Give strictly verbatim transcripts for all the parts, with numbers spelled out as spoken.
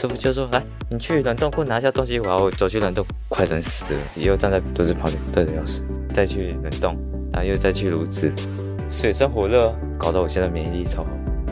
师傅就说：“来，你去冷冻库拿一下东西。”然后我走去冷冻，快冷死了，又站在炉子旁边，热得要死。再去冷冻，然后又再去炉子，水深火热，搞得我现在免疫力超好。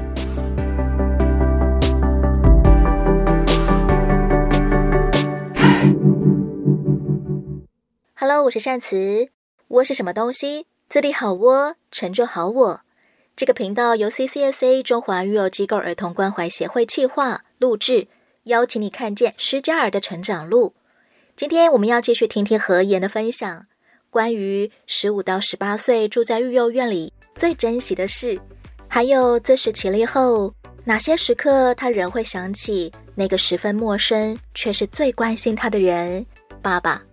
Hello， 我是善慈。窝是什么东西？自立好窝，成就好我。这个频道由 C C S A 中华育幼机构儿童关怀协会企划录制，邀请你看见失家儿的成长路。今天我们要继续听听何言的分享，关于十五到十八岁住在育幼院里最珍惜的事，还有自食其力后哪些时刻他仍会想起那个十分陌生却是最关心他的人——爸爸。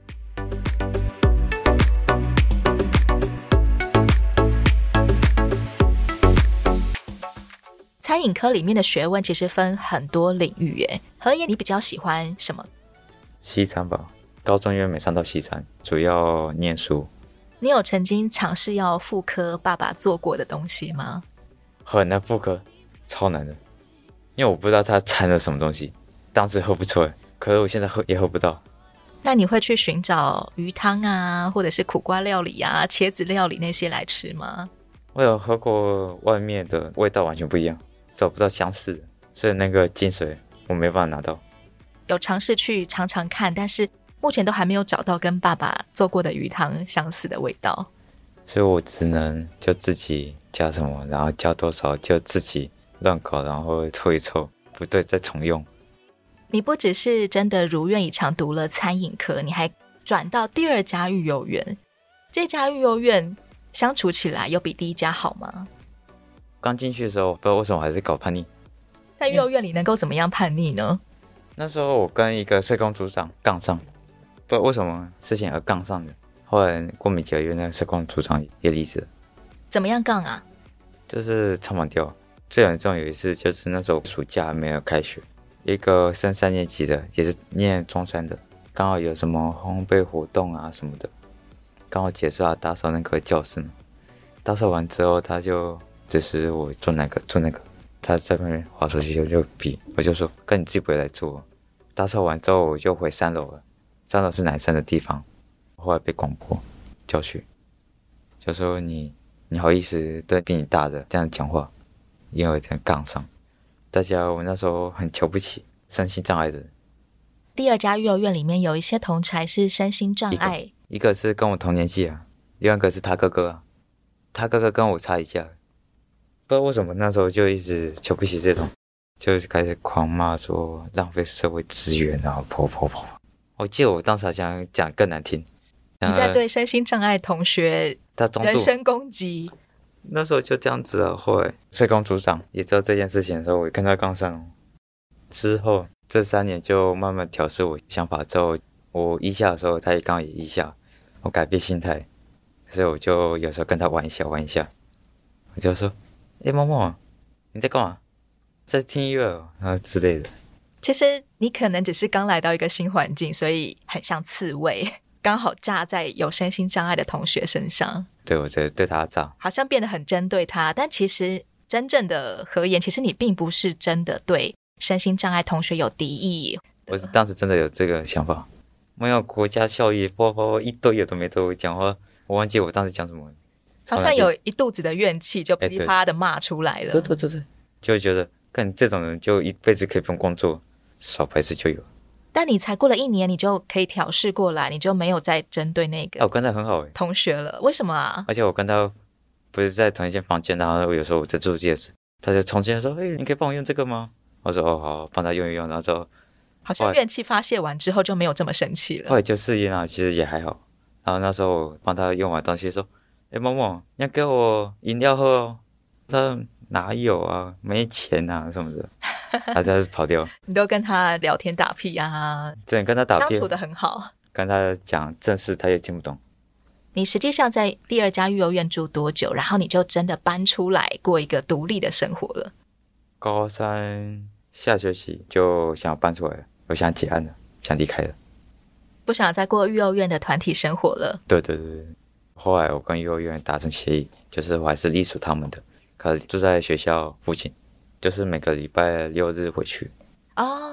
餐饮科里面的学问其实分很多领域耶，何言你比较喜欢什么？ 西餐吧，高中因为没上到西餐，主要念书。 你有曾经尝试要复刻爸爸做过的东西吗？ 很难复刻，超难的，因为我不知道他掺了什么东西，当时喝不出来，可是我现在喝也喝不到。 那你会去寻找鱼汤啊，或者是苦瓜料理啊、茄子料理那些来吃吗？ 我有喝过外面的，味道完全不一样，找不到相似的，所以那个精髓我没办法拿到。 有尝试去尝尝看，但是目前都还没有找到跟爸爸做过的鱼汤相似的味道， 所以我只能就自己加什么，然后加多少就自己乱搞，然后凑一凑，不对再重用。 你不只是真的如愿以偿读了餐饮科，你还转到第二家育幼院。这家育幼院相处起来有比第一家好吗？ 刚进去的时候不知道为什么还是搞叛逆。 在育幼院里能够怎么样叛逆呢？ 那时候我跟一个社工组长杠上，不知道为什么事情而杠上的。后来过没几个月，那个社工组长也离职了。 怎么样杠啊？ 就是唱反调。最严重有一次就是那时候暑假还没有开学，一个升三年级的也是念中山的，刚好有什么烘焙活动啊什么的，刚好结束啊打扫那个教室嘛。打扫完之后他就指使我做那个做那个，他在那边滑手机就就比，我就说跟你自己不会来做。打扫完之后我就回三楼了，三楼是男生的地方。后来被广播叫去，就说你你好意思对比你大的这样讲话，因为这样杠上。大家我那时候很瞧不起身心障碍的人。 第二家育幼院里面有一些同侪是身心障碍， 一个, 一个是跟我同年纪啊，另外一个是他哥哥啊，他哥哥跟我差一届，不知道为什么那时候就一直瞧不起这种，就开始狂骂说浪费社会资源啊，婆婆婆。我记得我当时好像讲更难听， 你在对身心障碍同学人身攻击。 那时候就这样子啊。后来社工组长也知道这件事情的时候，我跟他杠上了。之后这三年就慢慢调试我想法之后，我一下的时候他也刚好也一下，我改变心态，所以我就有时候跟他玩一下玩一下，我就说诶默默你在干嘛，在听音乐然后之类的。 其实你可能只是刚来到一个新环境，所以很像刺猬，刚好炸在有身心障碍的同学身上。 对，我觉得对他炸， 好像变得很针对他，但其实真正的何言，其实你并不是真的对身心障碍同学有敌意。 我当时真的有这个想法，没有国家效益，包包一堆有的没的，我讲话我忘记我当时讲什么， 好像有一肚子的怨气就噼里啪啦的骂出来了。 对对对对，就会觉得干这种人就一辈子可以不用工作，少牌子就有。 但你才过了一年，你就可以调试过来，你就没有再针对那个我跟他很好同学了。为什么啊？ 而且我跟他不是在同一间房间，然后有时候我在做这件事，他就从前说：“哎，你可以帮我用这个吗？”我说：“哦，好，帮他用一用。”然后之后好像怨气发泄完之后就没有这么生气了。 后来就适应了，其实也还好。然后那时候我帮他用完东西说：“哎，某某，你要给我饮料喝哦。”他说：“哪有啊，没钱啊什么的。”他就跑掉。 你都跟他聊天打屁啊？ 对，跟他打屁， 相处得很好。 跟他讲正事，他也听不懂。 你实际上在第二家育幼院住多久？然后你就真的搬出来过一个独立的生活了？ 高三下学期就想搬出来了，我想结案了，想离开了， 不想再过育幼院的团体生活了。 对对对，后来我跟幼儿园达成协议，就是我还是隶属他们的，可住在学校附近，就是每个礼拜六日回去。 哦，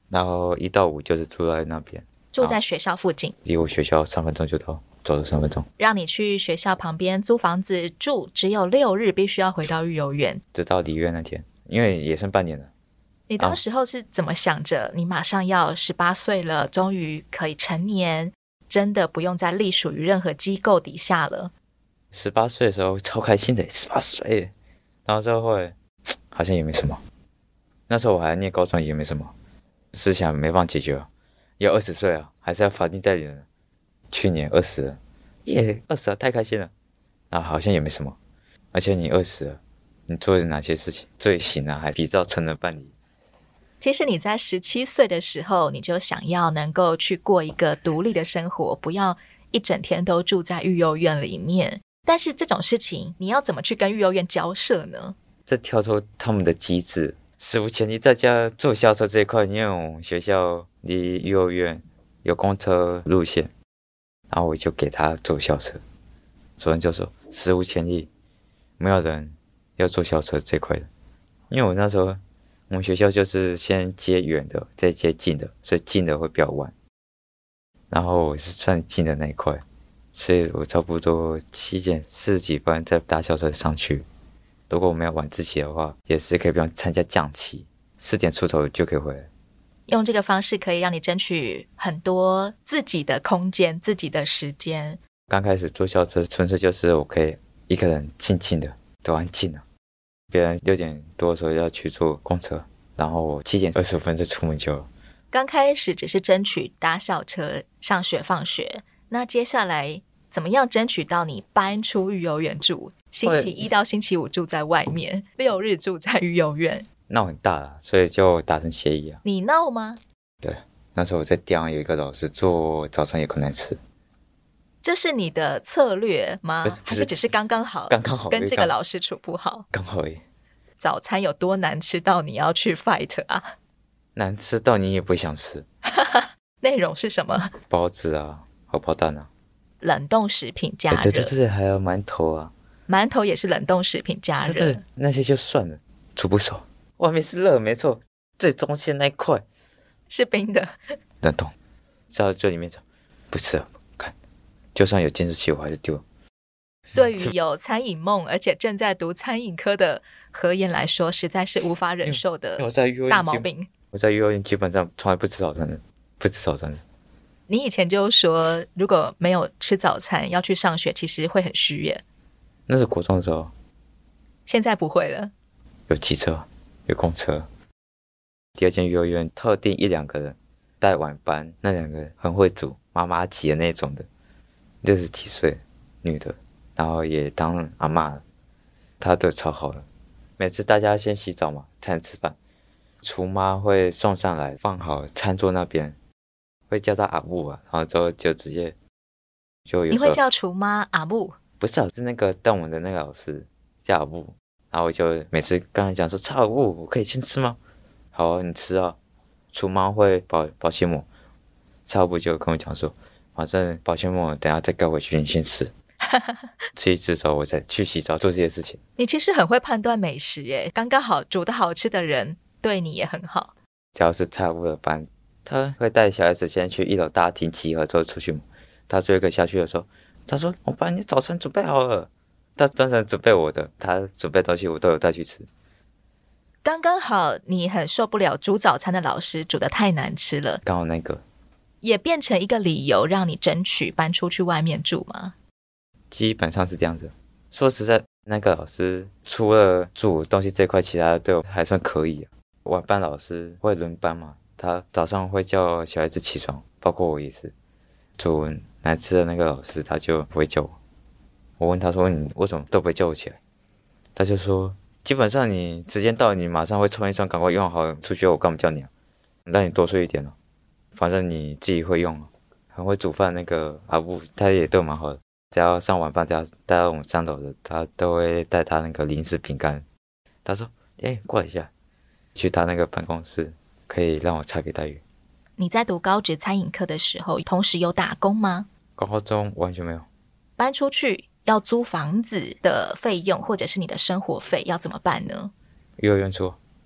然后一到五就是住在那边， 住在学校附近， 离我学校三分钟就到，走了三分钟。 让你去学校旁边租房子住，只有六日必须要回到育幼院， 直到离院那天，因为也剩半年了。 你当时候是怎么想着你马上要十八岁了，终于可以成年，真的不用再隶属于任何机构底下了？ 十八岁的时候超开心的，十八岁，然后之后会好像也没什么。那时候我还念高中，也没什么，思想没办法解决啊。要二十岁啊，还是要法定代理人。去年二十了，耶，二十了，太开心了。啊，好像也没什么，而且你二十了，你做了哪些事情？罪行啊，还比照成人办理。 其实你在十七岁的时候，你就想要能够去过一个独立的生活，不要一整天都住在育幼院里面。但是这种事情，你要怎么去跟育幼院交涉呢？ 这跳出他们的机制，史无前例。在家坐校车这一块，因为我们学校离育幼院有公车路线，然后我就给他坐校车。主任就说史无前例，没有人要坐校车这块的。因为我那时候我们学校就是先接远的，再接近的，所以近的会比较晚。然后我是算近的那一块，所以我差不多七点四十几分再搭校车上去。如果我们要晚自习的话，也是可以不用参加降旗，四点出头就可以回来。 用这个方式可以让你争取很多自己的空间、自己的时间。 刚开始坐校车，纯粹就是我可以一个人静静的，都安静了。别人六点多的时候要去坐公车，然后我七点二十分就出门就了。 刚开始只是争取搭校车上学放学，那接下来怎么样争取到你搬出育幼院住？星期一到星期五住在外面，六日住在育幼院。 闹很大了，所以就达成协议啊。 你闹吗？ 对，那时候我在店有一个老师做早餐也很难吃。 这是你的策略吗？ 不是不是还是只是刚刚好？ 刚刚好跟这个老师处不好， 刚好而已。 早餐有多难吃到你要去 fight 啊？ 难吃到你也不会想吃。 内容是什么？ 包子啊，荷包蛋啊， 冷冻食品加热。 欸、对对对，还有馒头啊。 馒头也是冷冻食品加热。 对对，那些就算了，煮不熟。外面是热没错，最中间那一块是冰的， 冷冻。到最里面讲不吃了，看，就算有监视器我还是丢。 对于有餐饮梦而且正在读餐饮科的何妍来说，实在是无法忍受的大毛病。 我在幼儿园基本上从来不吃早餐的，不吃早餐的。 你以前就说如果没有吃早餐要去上学，其实会很虚耶。 那是国中的时候， 现在不会了。 有机车，有公车。第二间幼儿园特定一两个人带晚班，那两个很会煮，妈妈级的那种的，六十几岁女的，然后也当阿嬷了，她对我超好的。每次大家先洗澡嘛，才能吃饭。厨妈会送上来，放好餐桌那边，会叫她阿布啊，然后之后就直接就有。 你会叫厨妈阿布？ 不是啊，是那个带我们的那个老师叫阿布，然后我就每次跟他讲说：“超阿布，我可以先吃吗？”好啊，你吃啊。厨妈会保保鲜膜，超阿布就跟我讲说：“反正保鲜膜等一下再盖回去，你先吃。”吃一吃之后，我再去洗澡做这些事情。 你其实很会判断美食耶，刚刚好煮得好吃的人对你也很好。 只要是蔡阿布的班，他会带小孩子先去一楼大厅集合之后出去。他最后一个下去的时候，他说：“我把你早餐准备好了。”他专程准备我的，他准备东西我都有带去吃。 刚刚好，你很受不了煮早餐的老师煮得太难吃了， 刚好那个也变成一个理由让你争取搬出去外面住吗？ 基本上是这样子。说实在，那个老师除了煮东西这块，其他的对我还算可以、啊。晚班老师会轮班嘛，他早上会叫小孩子起床，包括我也是。煮难吃的那个老师他就不会叫我。我问他说：“你为什么都不会叫我起来？”他就说：“基本上你时间到，你马上会冲一冲，赶快用好出去，我干嘛叫你啊？让你多睡一点哦，反正你自己会用哦。”很会煮饭那个阿布，他也对我蛮好的。只要上晚饭，只要带到我们三楼的，他都会带他那个零食饼干。他说：“哎、欸，过来一下，去他那个办公室，可以让我差给待遇。” 你在读高职餐饮科的时候，同时有打工吗？ 高中完全没有。 搬出去要租房子的费用，或者是你的生活费要怎么办呢？ 幼儿园出。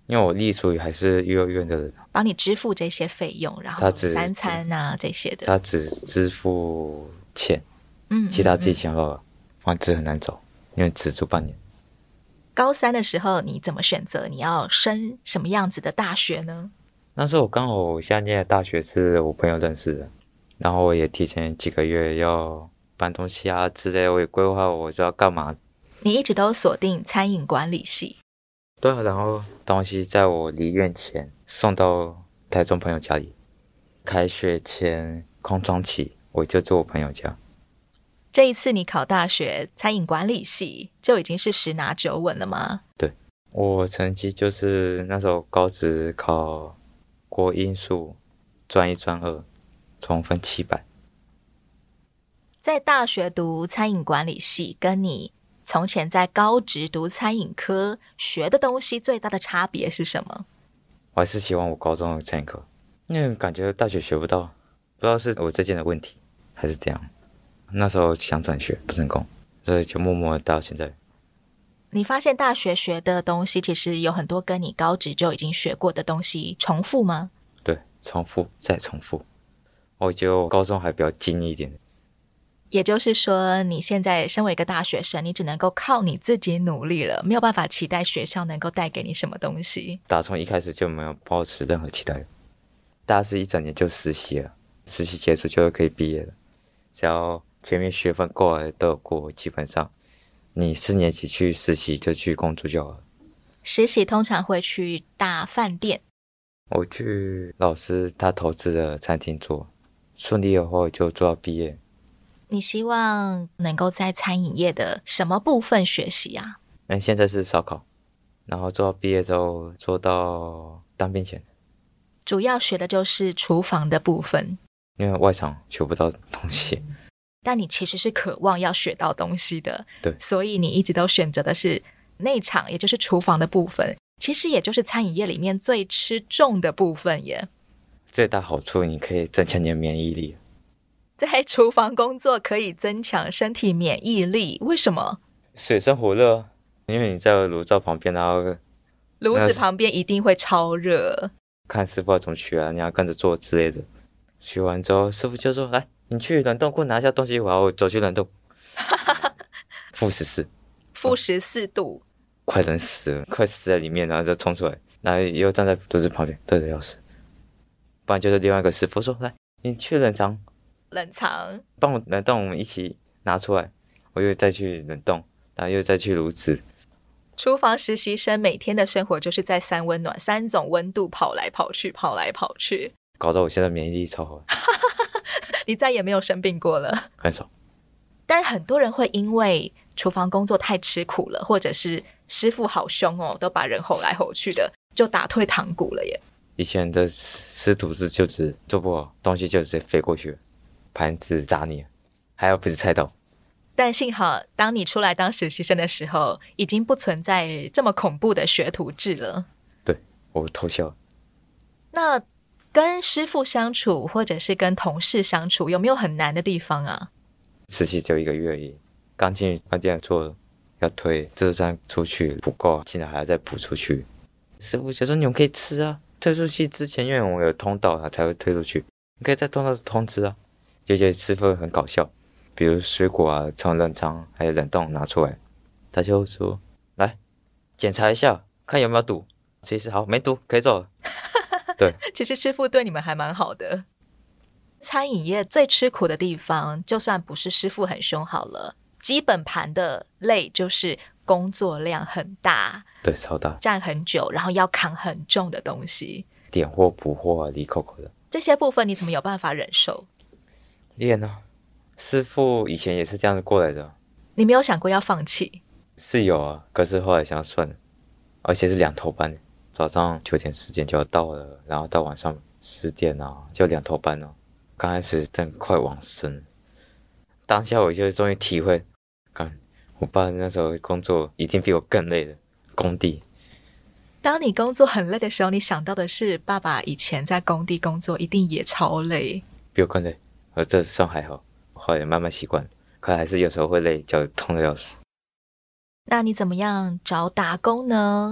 因为我隶属于还是幼儿园的人， 帮你支付这些费用，然后他只三餐啊这些的。 他只支付钱， 嗯， 其他自己嗯嗯想办法。房子很难找，因为只住半年。 高三的时候，你怎么选择你要升什么样子的大学呢？ 那时候我刚好我现在念的大学是我朋友认识的，然后我也提前几个月要搬东西啊之类，我也规划我是要干嘛。 你一直都锁定餐饮管理系。 对啊，然后东西在我离院前送到台中朋友家里，开学前空窗期我就住我朋友家。 这一次你考大学餐饮管理系，就已经是十拿九稳了吗？ 对，我成绩就是那时候高职考国英数专一专二，总分七百。 在大学读餐饮管理系，跟你从前在高职读餐饮科学的东西最大的差别是什么？ 我还是喜欢我高中的餐饮课，因为感觉大学学不到，不知道是我这件的问题还是怎样。那时候想转学不成功，所以就默默到现在。 你发现大学学的东西其实有很多跟你高职就已经学过的东西重复吗？ 对，重复再重复。我觉得我高中还比较精一点。 也就是说，你现在身为一个大学生，你只能够靠你自己努力了，没有办法期待学校能够带给你什么东西。 打从一开始就没有抱持任何期待。大四一整年就实习了，实习结束就可以毕业了。只要前面学分过了都有过，基本上你四年级去实习就去工作就好了。 实习通常会去大饭店。 我去老师他投资的餐厅做，顺利的话就做到毕业。 你希望能够在餐饮业的什么部分学习啊？ 嗯，现在是烧烤，然后做到毕业之后做到当兵前。 主要学的就是厨房的部分， 因为外场学不到东西。 但你其实是渴望要学到东西的， 对， 所以你一直都选择的是内场，也就是厨房的部分，其实也就是餐饮业里面最吃重的部分耶。 最大好处你可以增强你的免疫力。 在厨房工作可以增强身体免疫力，为什么？ 水深火热，因为你在炉灶旁边，然后炉子旁边一定会超热， 看师傅要怎么学啊，你要跟着做之类的。学完之后，师傅就说：“来，你去冷冻库拿下东西。”然后走去冷冻，负十四， 负十四度， 快冷死了，快死在里面，然后就冲出来，然后又站在炉子旁边，热得要死。不然就是另外一个师傅说：“来，你去冷藏， 冷藏， 帮我冷冻，我们一起拿出来。”我又再去冷冻，然后又再去炉子。 厨房实习生每天的生活就是在三温暖三种温度跑来跑去，跑来跑去。 搞得我现在免疫力超好。 你再也没有生病过了？ 很少。 但很多人会因为厨房工作太吃苦了，或者是师傅好凶哦，都把人吼来吼去的，就打退堂鼓了耶。 以前的师徒制就只做不好，东西就直接飞过去了，盘子砸你，还要不是菜刀。 但幸好当你出来当实习生的时候，已经不存在这么恐怖的学徒制了。 对，我偷笑。 那跟师傅相处，或者是跟同事相处，有没有很难的地方啊？ 实习就一个月而已，刚进饭店做，要推这餐出去不够，进来还要再补出去。师傅就说：“你们可以吃啊，推出去之前，因为我有通道，他才会推出去。你可以在通道通知啊。”有些师傅很搞笑，比如水果啊，从冷藏还有冷冻拿出来，他就说：“来检查一下，看有没有毒。”其实好，没毒，可以走了。对， 其实师傅对你们还蛮好的。餐饮业最吃苦的地方，就算不是师傅很凶好了，基本盘的累就是工作量很大， 对，超大， 站很久，然后要扛很重的东西， 点货补货啊，离口口的。 这些部分你怎么有办法忍受？ 练啊，师傅以前也是这样子过来的。 你没有想过要放弃？ 是有啊，可是后来想算了，而且是两头班，早上九点十点就要到了，然后到晚上十点啊，就两头班哦。刚开始真快往生，当下我就终于体会，干，我爸那时候工作一定比我更累的，工地。 当你工作很累的时候，你想到的是爸爸以前在工地工作一定也超累， 比我更累，而这算还好，后来慢慢习惯，可还是有时候会累，脚痛得要死。 那你怎么样找打工呢？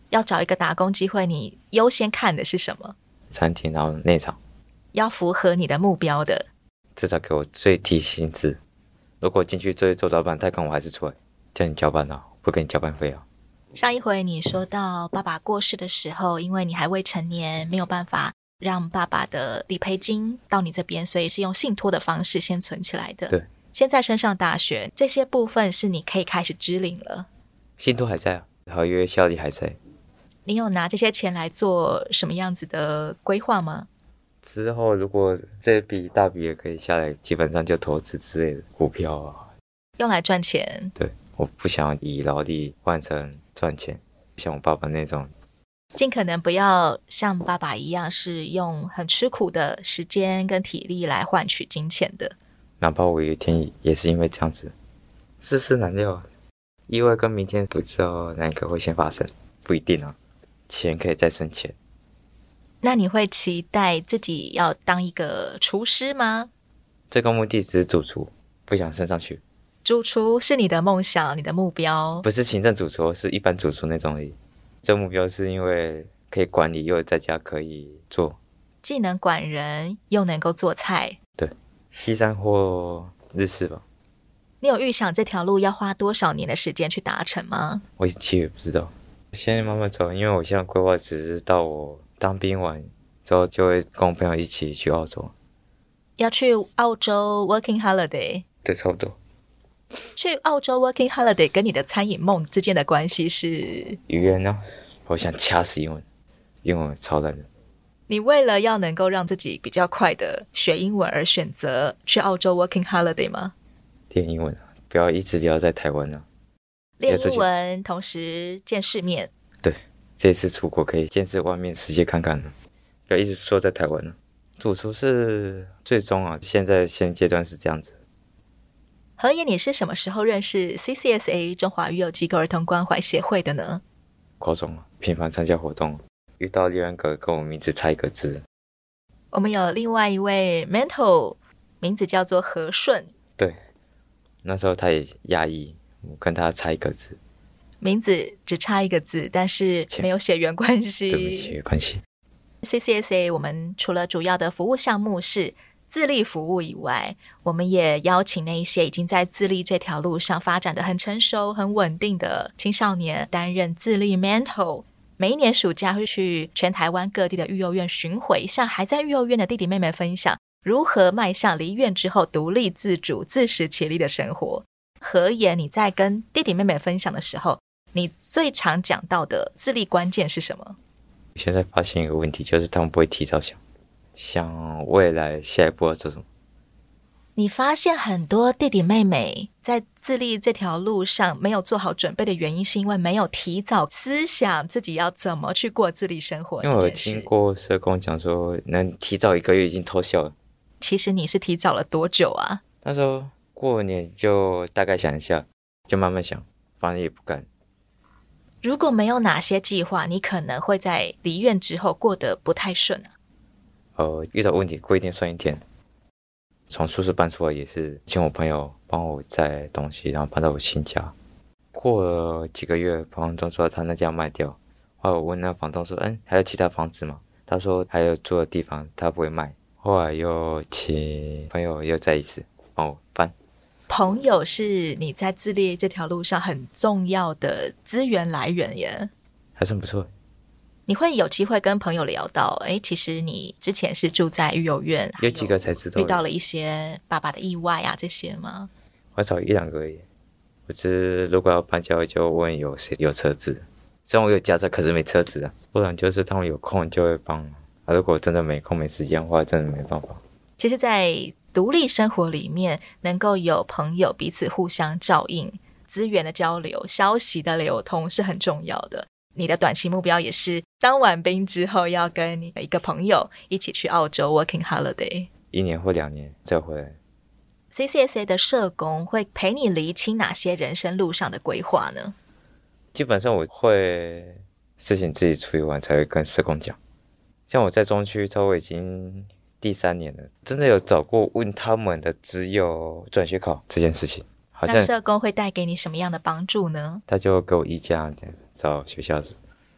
要找一个打工机会，你优先看的是什么？ 餐厅，然后内场， 要符合你的目标的， 至少给我最低薪资。如果进去做做老板太干，我还是出来叫你交班啊，不给你交班费啊。 上一回你说到爸爸过世的时候，因为你还未成年，没有办法让爸爸的理赔金到你这边，所以是用信托的方式先存起来的。 对， 现在升上大学，这些部分是你可以开始支领了。 信托还在啊，合约效力还在。 你有拿这些钱来做什么样子的规划吗？ 之后如果这笔大笔也可以下来，基本上就投资之类的股票啊， 用来赚钱。 对，我不想以劳力换成赚钱，像我爸爸那种。 尽可能不要像爸爸一样是用很吃苦的时间跟体力来换取金钱的。 哪怕我有一天也是因为这样子，世事难料，意外跟明天不知道哪一个会先发生，不一定啊。钱可以再生钱。 那你会期待自己要当一个厨师吗？ 这个目的只是主厨，不想升上去。 主厨是你的梦想，你的目标？ 不是行政主厨，是一般主厨那种而已。这个目标是因为可以管理，又在家可以做， 既能管人，又能够做菜。 对，西餐或日式吧。 你有预想这条路要花多少年的时间去达成吗？ 我其实也不知道，先慢慢走，因为我现在规划只是到我当兵完之后，就会跟我朋友一起去澳洲。 要去澳洲 working holiday？ 对，差不多。 去澳洲 working holiday 跟你的餐饮梦之间的关系是？ 语言呢？我想掐死英文，英文超烂的。 你为了要能够让自己比较快的学英文而选择去澳洲 working holiday 吗？ 练英文啊，不要一直留在台湾啊。 练英文同时见世面。 对，这次出国可以见识外面世界看看了，不要一直缩在台湾了。主厨是最终啊，现在现阶段是这样子。 何爷，你是什么时候认识 C C S A 中华育幼机构儿童关怀协会的呢？ 高中啊，频繁参加活动，遇到另外一个跟我名字差一个字。 我们有另外一位 mentor， 名字叫做和顺。 对，那时候他也压抑，我跟他差一个字， 名字只差一个字，但是没有血缘关系。 对，没血缘关系。 C C S A 我们除了主要的服务项目是自立服务以外，我们也邀请那一些已经在自立这条路上发展的很成熟、很稳定的青少年担任自立 mentor。每一年暑假会去全台湾各地的育幼院巡回，向还在育幼院的弟弟妹妹分享如何迈向离院之后独立自主、自食其力的生活。何言，你在跟弟弟妹妹分享的时候，你最常讲到的自立关键是什么？ 现在发现一个问题，就是他们不会提早想想未来下一步要做什么。 你发现很多弟弟妹妹在自立这条路上没有做好准备的原因，是因为没有提早思想自己要怎么去过自立生活这件事。因为我听过社工讲说，能提早一个月已经偷笑了。 其实你是提早了多久啊？ 那时候过年就大概想一下，就慢慢想，反正也不敢。 如果没有哪些计划，你可能会在离院之后过得不太顺啊。 呃，遇到问题过一天算一天。从宿舍搬出来也是请我朋友帮我载东西，然后搬到我新家。过了几个月，房东说他那家卖掉。后来我问那房东说：“嗯，还有其他房子吗？”他说还有住的地方，他不会卖。后来又请朋友又再一次帮我搬。 朋友是你在自立这条路上很重要的资源来源耶， 还算不错。 你会有机会跟朋友聊到，哎，其实你之前是住在育幼院， 有几个才知道遇到了一些爸爸的意外啊这些吗？ 我找一两个而已。我只如果要搬家，就问有谁有车子。虽然我有驾照，可是没车子啊。不然就是他们有空就会帮啊。如果真的没空没时间的话，真的没办法。 其实，在独立生活里面，能够有朋友彼此互相照应，资源的交流、消息的流通是很重要的。你的短期目标也是当完兵之后要跟你的一个朋友一起去澳洲 working holiday， 一年或两年再回来。 C C S A 的社工会陪你厘清哪些人生路上的规划呢？ 基本上我会事情自己处理完才会跟社工讲。像我在中区超我已经第三年了，真的有找过问他们的只有转学考这件事情。好像那社工会带给你什么样的帮助呢？ 他就给我议价找学校。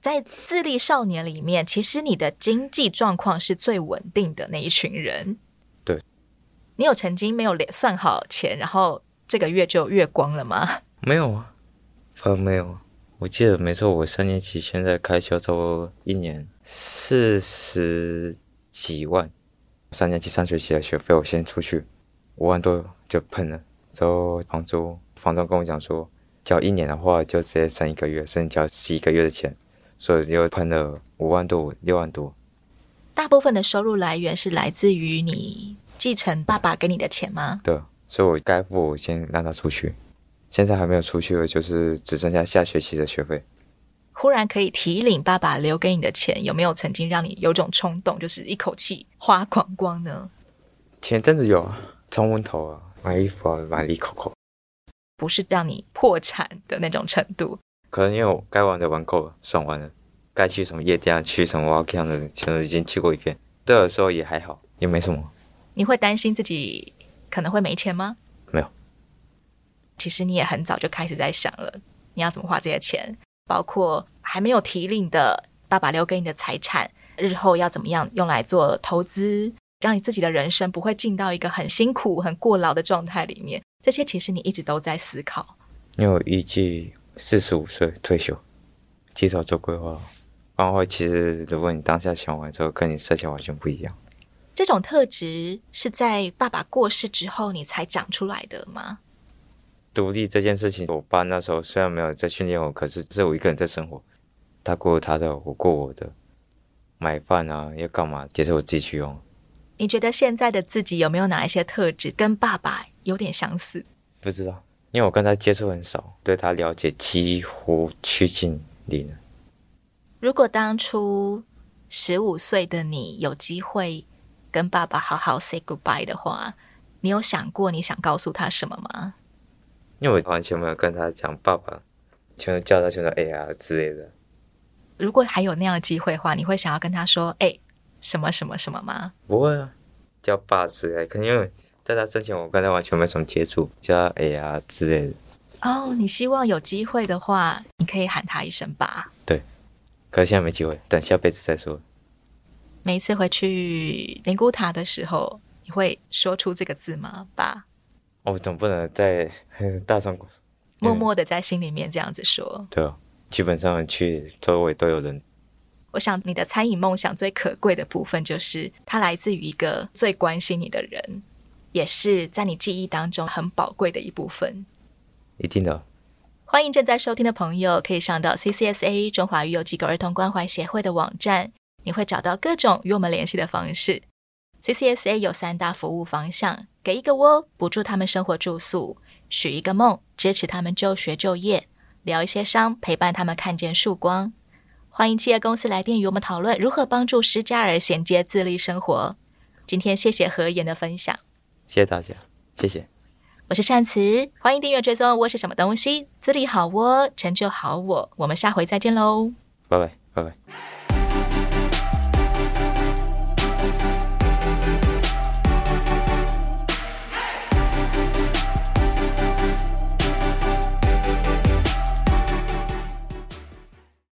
在自立少年里面，其实你的经济状况是最稳定的那一群人。 对。 你有曾经没有算好钱，然后这个月就月光了吗？ 没有啊，反正没有。我记得没错，我三年级现在开销差不多一年四十几万。三年级上学期的学费我先出去五万多就喷了，之后房租房东跟我讲说，交一年的话就直接省一个月，甚至交十一个月的钱，所以又喷了五万多六万多。 大部分的收入来源是来自于你继承爸爸给你的钱吗？ 对，所以我该付我先让他出去，现在还没有出去的就是只剩下下学期的学费。 忽然可以提领爸爸留给你的钱，有没有曾经让你有种冲动，就是一口气花光光呢？ 前阵子有啊，冲昏头啊，买衣服啊，买了一口口。 不是让你破产的那种程度， 可能因为我该玩的玩够了，爽完了，该去什么夜店啊，去什么 walking 的，其实已经去过一遍。对我来说也还好，也没什么。 你会担心自己可能会没钱吗？ 没有。 其实你也很早就开始在想了，你要怎么花这些钱，包括还没有提领的爸爸留给你的财产，日后要怎么样用来做投资，让你自己的人生不会进到一个很辛苦很过劳的状态里面，这些其实你一直都在思考。 因为我预计四十五岁退休，提早做规划。然后其实如果你当下想完之后，跟你设想完全不一样。 这种特质是在爸爸过世之后你才长出来的吗？ 独立这件事情，我爸那时候虽然没有在训练我，可是是我一个人在生活，他过他的，我过我的，买饭啊要干嘛也是我自己去用。 你觉得现在的自己有没有哪一些特质跟爸爸有点相似？ 不知道，因为我跟他接触很少，对他了解几乎趋近零。 如果当初十五岁的你有机会跟爸爸好好 say goodbye 的话，你有想过你想告诉他什么吗？ 因为我完全没有跟他讲爸爸，全都叫他全都哎呀之类的。 如果还有那样的机会的话，你会想要跟他说哎什么什么什么吗？ 不会啊，叫爸之类的，可能因为在他生前我跟他完全没什么接触，叫他哎呀之类的。 哦，你希望有机会的话你可以喊他一声爸。 对，可是现在没机会，等下辈子再说。 每一次回去灵骨塔的时候，你会说出这个字吗？爸。 我总不能在大众默默的在心里面这样子说。 对啊，基本上去周围都有人。 我想你的餐饮梦想最可贵的部分就是它来自于一个最关心你的人，也是在你记忆当中很宝贵的一部分。 一定的。 欢迎正在收听的朋友可以上到 C C S A 中华育幼机构儿童关怀协会的网站，你会找到各种与我们联系的方式。 C C S A 有三大服务方向，给一个窝补助他们生活住宿，许一个梦支持他们就学就业，疗一些伤陪伴他们看见曙光。欢迎企业公司来电与我们讨论如何帮助失家儿衔接自立生活。今天谢谢何言的分享。 谢谢大家，谢谢。 我是善慈，欢迎订阅追踪窝是什么东西，自立好窝成就好我，我们下回再见喽， 拜拜拜拜。